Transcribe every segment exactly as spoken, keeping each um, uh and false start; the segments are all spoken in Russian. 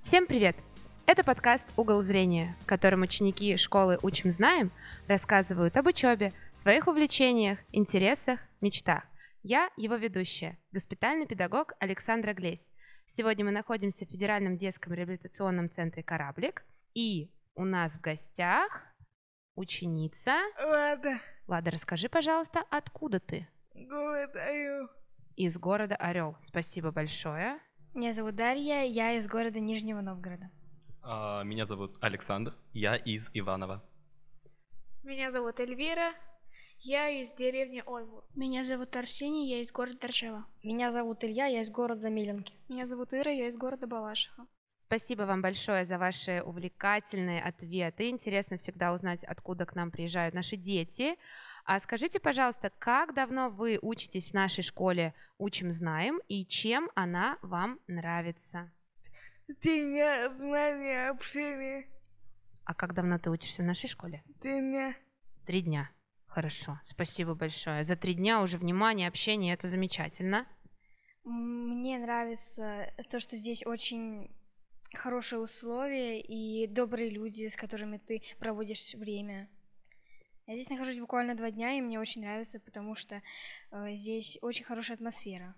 Всем привет! Это подкаст «Угол зрения», в котором ученики школы «Учим, знаем» рассказывают об учебе, своих увлечениях, интересах, мечтах. Я его ведущая, госпитальный педагог Александра Глесь. Сегодня мы находимся в Федеральном детском реабилитационном центре «Кораблик», и у нас в гостях ученица... Лада. Лада, расскажи, пожалуйста, откуда ты? Город Орел. Из города Орел. Спасибо большое. Меня зовут Дарья, я из города Нижнего Новгорода. А, Меня зовут Александр, я из Иваново. Меня зовут Эльвира, я из деревни Оймур. Меня зовут Арсений, я из города Торшева. Меня зовут Илья, я из города Миленки. Меня зовут Ира, я из города Балашиха. Спасибо вам большое за ваши увлекательные ответы. Интересно всегда узнать, откуда к нам приезжают наши дети. А скажите, пожалуйста, как давно вы учитесь в нашей школе «Учим, знаем» и чем она вам нравится? Три дня знания, общения. А как давно ты учишься в нашей школе? Три дня. Три дня. Хорошо, спасибо большое. За три дня уже внимание, общение, это замечательно. Мне нравится то, что здесь очень хорошие условия и добрые люди, с которыми ты проводишь время. Я здесь нахожусь буквально два дня, и мне очень нравится, потому что э, здесь очень хорошая атмосфера.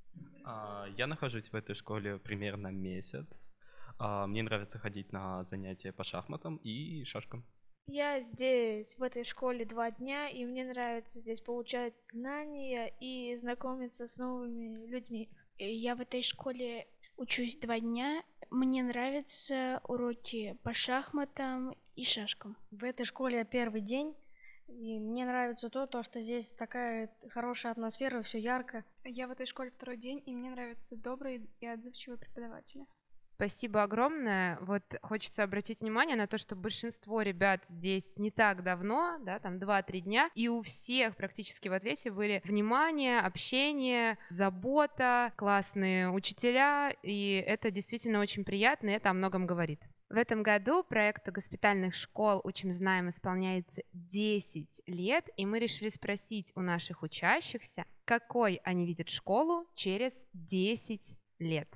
А, Я нахожусь в этой школе примерно месяц. А, Мне нравится ходить на занятия по шахматам и шашкам. Я здесь, в этой школе, два дня, и мне нравится здесь получать знания и знакомиться с новыми людьми. Я в этой школе учусь два дня. Мне нравятся уроки по шахматам и шашкам. В этой школе я первый день, и мне нравится то, то, что здесь такая хорошая атмосфера, все ярко. Я в этой школе второй день, и мне нравятся добрые и отзывчивые преподаватели. Спасибо огромное. Вот хочется обратить внимание на то, что большинство ребят здесь не так давно, да, там два-три дня, и у всех практически в ответе были внимание, общение, забота, классные учителя, и это действительно очень приятно, и это о многом говорит. В этом году проекту госпитальных школ «Учим, знаем» исполняется десять лет, и мы решили спросить у наших учащихся, какой они видят школу через десять лет.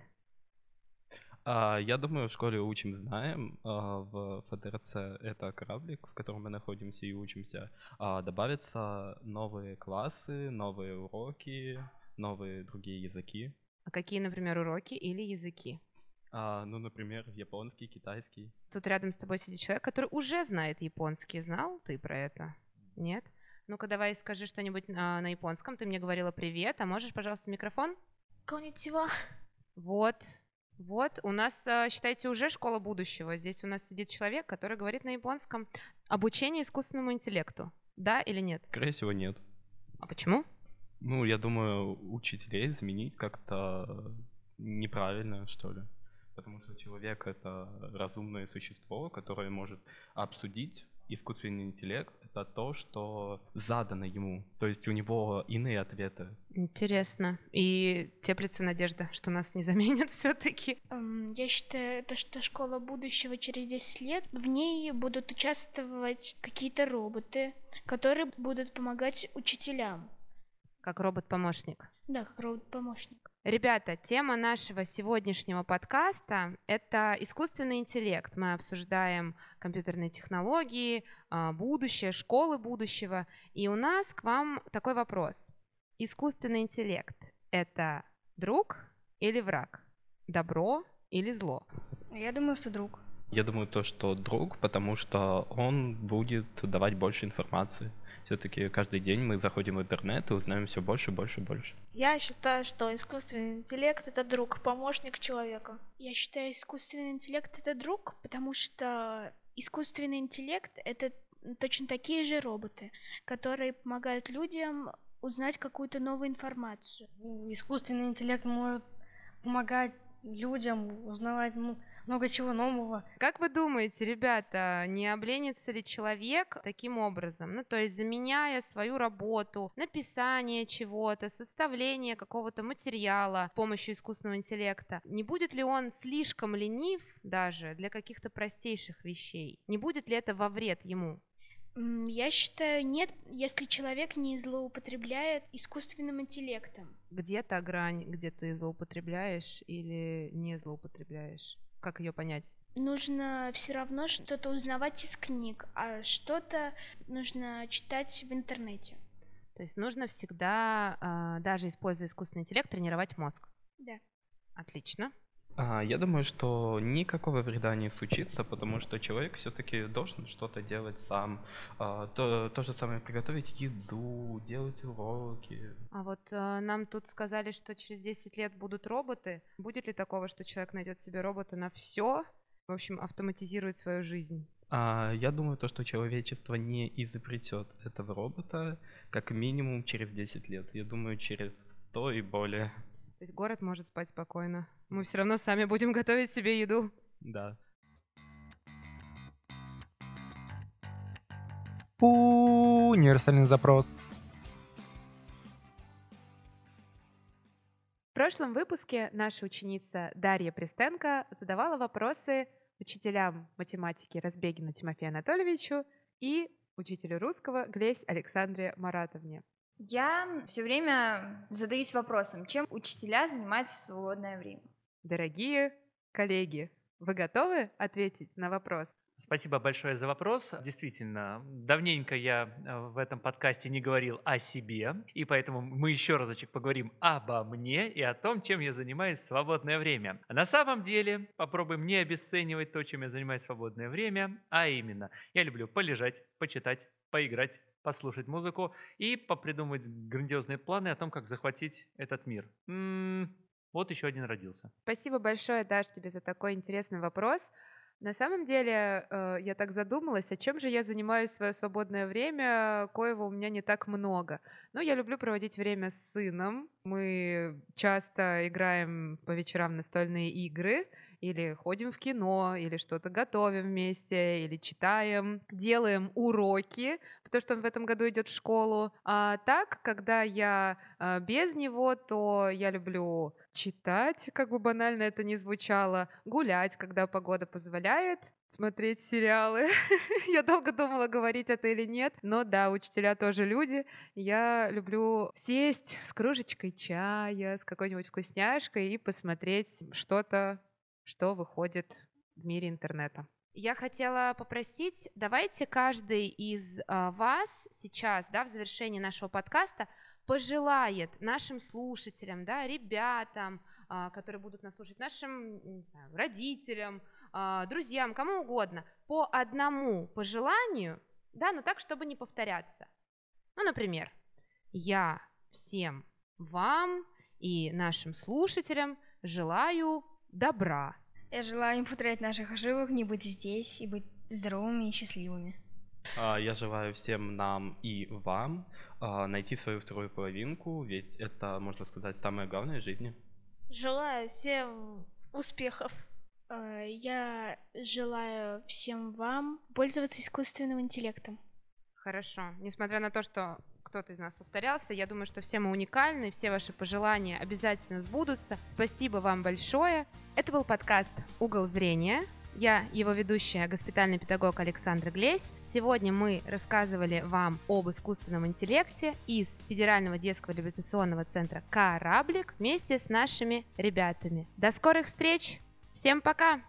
А, Я думаю, в школе «Учим, знаем», а, в ФДРЦ это «Кораблик», в котором мы находимся и учимся, а, добавятся новые классы, новые уроки, новые другие языки. А какие, например, уроки или языки? А, Ну, например, японский, китайский. Тут рядом с тобой сидит человек, который уже знает японский. Знал ты про это? Нет? Ну-ка, давай скажи что-нибудь на, на японском. Ты мне говорила привет, а можешь, пожалуйста, микрофон? Конничева. Вот, вот. У нас, а, считайте, уже школа будущего. Здесь у нас сидит человек, который говорит на японском. Обучение искусственному интеллекту. Да или нет? Скорее всего, нет. А почему? Ну, я думаю, учителей заменить как-то неправильно, что ли. Потому что человек — это разумное существо, которое может обсудить. Искусственный интеллект — это то, что задано ему. То есть у него иные ответы. Интересно. И теплится надежда, что нас не заменят все-таки. Эм, Я считаю, то, что школа будущего через десять лет, в ней будут участвовать какие-то роботы, которые будут помогать учителям. Как робот-помощник. Да, как робот-помощник. Ребята, тема нашего сегодняшнего подкаста — это искусственный интеллект. Мы обсуждаем компьютерные технологии, а, будущее, школы будущего. И у нас к вам такой вопрос. Искусственный интеллект — это друг или враг? Добро или зло? Я думаю, что друг. Я думаю, то, что друг, потому что он будет давать больше информации. Все-таки каждый день мы заходим в интернет и узнаем все больше, больше, больше. Я считаю, что искусственный интеллект — это друг, помощник человека. Я считаю, искусственный интеллект — это друг, потому что искусственный интеллект — это точно такие же роботы, которые помогают людям узнать какую-то новую информацию. Ну, искусственный интеллект может помогать людям узнавать ну, много чего нового. Как вы думаете, ребята, не обленится ли человек таким образом? Ну, то есть заменяя свою работу, написание чего-то, составление какого-то материала с помощью искусственного интеллекта, не будет ли он слишком ленив даже для каких-то простейших вещей? Не будет ли это во вред ему? М, Я считаю, нет, если человек не злоупотребляет искусственным интеллектом. Где та грань, где ты злоупотребляешь или не злоупотребляешь? Как ее понять? Нужно все равно что-то узнавать из книг, а что-то нужно читать в интернете. То есть нужно всегда, а, даже используя искусственный интеллект, тренировать мозг. Да. Отлично. А, Я думаю, что никакого вреда не случится, потому что человек все-таки должен что-то делать сам. А, То, то же самое приготовить еду, делать уроки. А вот а, нам тут сказали, что через десять лет будут роботы. Будет ли такого, что человек найдет себе робота на все, в общем, автоматизирует свою жизнь? А, Я думаю, то, что человечество не изобретет этого робота как минимум через десять лет. Я думаю, через сто и более. То есть город может спать спокойно. Мы все равно сами будем готовить себе еду. Да. Универсальный запрос. В прошлом выпуске наша ученица Дарья Пристенко задавала вопросы учителям математики Разбегину Тимофею Анатольевичу и учителю русского Глесь Александре Маратовне. Я все время задаюсь вопросом, чем учителя занимаются в свободное время. Дорогие коллеги, вы готовы ответить на вопрос? Спасибо большое за вопрос. Действительно, давненько я э, в этом подкасте не говорил о себе, и поэтому мы еще разочек поговорим обо мне и о том, чем я занимаюсь в свободное время. На самом деле, попробуем не обесценивать то, чем я занимаюсь в свободное время, а именно, я люблю полежать, почитать, поиграть, послушать музыку и попридумывать грандиозные планы о том, как захватить этот мир. М-м, вот еще один родился. Спасибо большое, Даш, тебе за такой интересный вопрос. На самом деле, э, я так задумалась, а чем же я занимаюсь в свое свободное время, коего у меня не так много. Ну, я люблю проводить время с сыном. Мы часто играем по вечерам в настольные игры, или ходим в кино, или что-то готовим вместе, или читаем, делаем уроки, потому что он в этом году идет в школу. А так, когда я а, без него, то я люблю читать, как бы банально это ни звучало, гулять, когда погода позволяет, смотреть сериалы. Я долго думала, говорить это или нет, но да, учителя тоже люди. Я люблю сесть с кружечкой чая, с какой-нибудь вкусняшкой и посмотреть что-то, что выходит в мире интернета. Я хотела попросить, давайте каждый из а, вас сейчас, да, в завершении нашего подкаста пожелает нашим слушателям, да, ребятам, а, которые будут нас слушать, нашим, не знаю, родителям, а, друзьям, кому угодно, по одному пожеланию, да, но так, чтобы не повторяться. Ну, например, я всем вам и нашим слушателям желаю добра. Я желаю им повторять наших ошибок, не быть здесь и быть здоровыми и счастливыми. А, Я желаю всем нам и вам а, найти свою вторую половинку, ведь это, можно сказать, самое главное в жизни. Желаю всем успехов. Э, Я желаю всем вам пользоваться искусственным интеллектом. Хорошо. Несмотря на то, что кто-то из нас повторялся, я думаю, что все мы уникальны, все ваши пожелания обязательно сбудутся. Спасибо вам большое. Это был подкаст «Угол зрения». Я его ведущая, госпитальный педагог Александра Глесь. Сегодня мы рассказывали вам об искусственном интеллекте из Федерального детского реабилитационного центра «Кораблик» вместе с нашими ребятами. До скорых встреч! Всем пока!